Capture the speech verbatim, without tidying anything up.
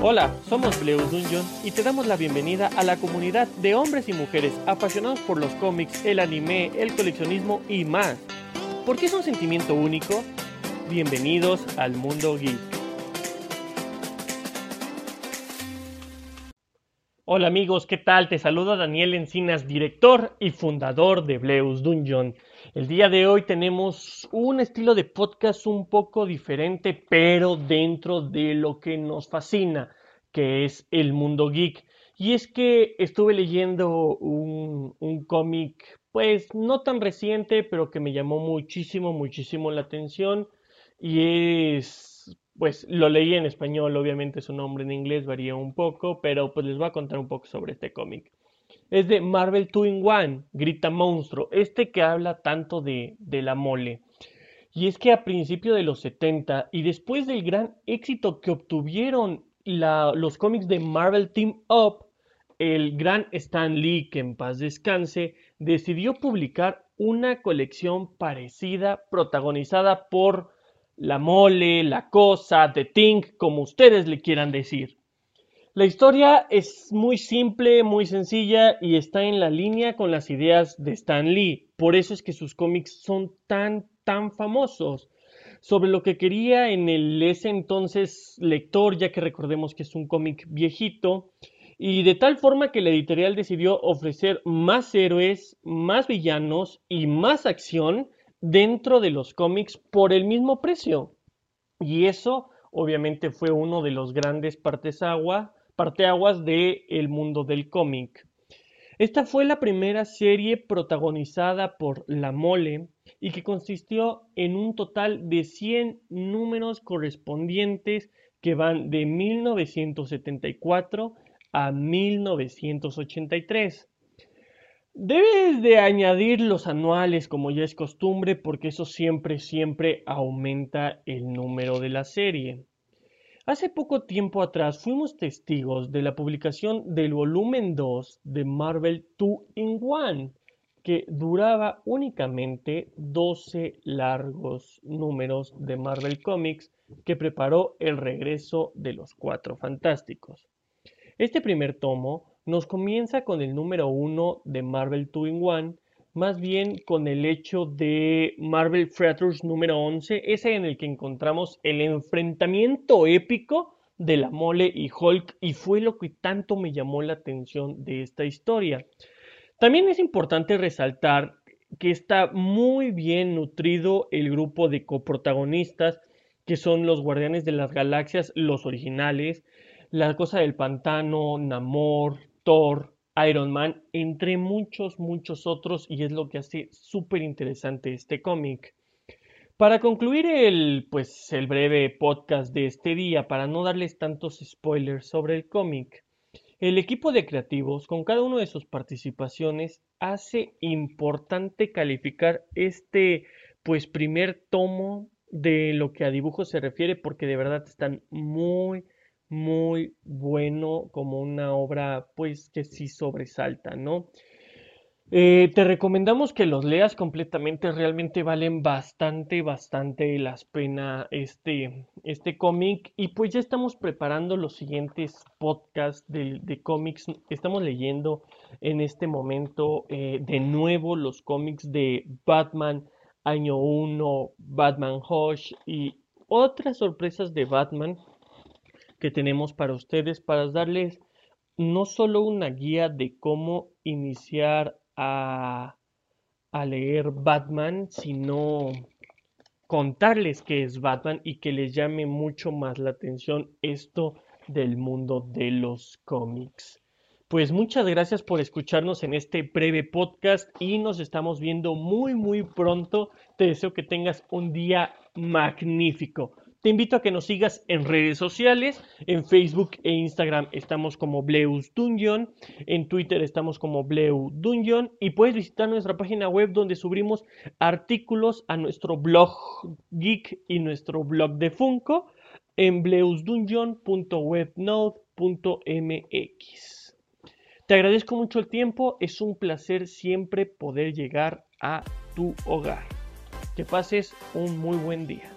Hola, somos Bleus Dungeon y te damos la bienvenida a la comunidad de hombres y mujeres apasionados por los cómics, el anime, el coleccionismo y más. ¿Por qué es un sentimiento único? Bienvenidos al mundo geek. Hola amigos, ¿qué tal? Te saluda Daniel Encinas, director y fundador de Bleus Dungeon. El día de hoy tenemos un estilo de podcast un poco diferente, pero dentro de lo que nos fascina, que es el mundo geek. Y es que estuve leyendo un, un cómic, pues no tan reciente, pero que me llamó muchísimo, muchísimo la atención. Y es, pues lo leí en español, obviamente su nombre en inglés varía un poco, pero pues les voy a contar un poco sobre este cómic. Es de Marvel dos in uno, Grita Monstruo, este que habla tanto de, de la mole. Y es que a principios de los setenta y después del gran éxito que obtuvieron la, los cómics de Marvel Team Up, el gran Stan Lee, que en paz descanse, decidió publicar una colección parecida, protagonizada por la mole, la cosa, The Thing, como ustedes le quieran decir. La historia es muy simple, muy sencilla y está en la línea con las ideas de Stan Lee. Por eso es que sus cómics son tan, tan famosos. Sobre lo que quería en el ese entonces lector, ya que recordemos que es un cómic viejito, y de tal forma que la editorial decidió ofrecer más héroes, más villanos y más acción dentro de los cómics por el mismo precio. Y eso obviamente fue uno de los grandes parteaguas parteaguas del mundo del cómic. Esta fue la primera serie protagonizada por La Mole y que consistió en un total de cien números correspondientes que van de mil novecientos setenta y cuatro a mil novecientos ochenta y tres. Debes de añadir los anuales como ya es costumbre porque eso siempre, siempre aumenta el número de la serie. Hace poco tiempo atrás fuimos testigos de la publicación del volumen dos de Marvel dos in uno, que duraba únicamente doce largos números de Marvel Comics que preparó el regreso de los Cuatro Fantásticos. Este primer tomo nos comienza con el número uno de Marvel dos in uno, más bien con el hecho de Marvel Features número once, ese en el que encontramos el enfrentamiento épico de la Mole y Hulk, y fue lo que tanto me llamó la atención de esta historia. También es importante resaltar que está muy bien nutrido el grupo de coprotagonistas, que son los Guardianes de las Galaxias, los originales, la Cosa del Pantano, Namor, Thor, Iron Man, entre muchos, muchos otros, y es lo que hace súper interesante este cómic. Para concluir el, pues, el breve podcast de este día, para no darles tantos spoilers sobre el cómic, el equipo de creativos, con cada una de sus participaciones, hace importante calificar este, pues, primer tomo de lo que a dibujo se refiere, porque de verdad están muy, muy bueno, como una obra, pues, que sí sobresalta, ¿no? Eh, te recomendamos que los leas completamente, realmente valen bastante, bastante la pena este, este cómic. Y pues ya estamos preparando los siguientes podcasts de, de cómics. Estamos leyendo en este momento eh, de nuevo los cómics de Batman Año uno, Batman Hush y otras sorpresas de Batman que tenemos para ustedes, para darles no solo una guía de cómo iniciar a, a leer Batman, sino contarles qué es Batman y que les llame mucho más la atención esto del mundo de los cómics. Pues muchas gracias por escucharnos en este breve podcast y nos estamos viendo muy muy pronto. Te deseo que tengas un día magnífico. Te invito a que nos sigas en redes sociales, en Facebook e Instagram estamos como Bleus Dungeon, en Twitter estamos como Bleu Dungeon y puedes visitar nuestra página web donde subimos artículos a nuestro blog geek y nuestro blog de Funko en bleus dungeon punto webnode punto m x. Te agradezco mucho el tiempo, es un placer siempre poder llegar a tu hogar. Que pases un muy buen día.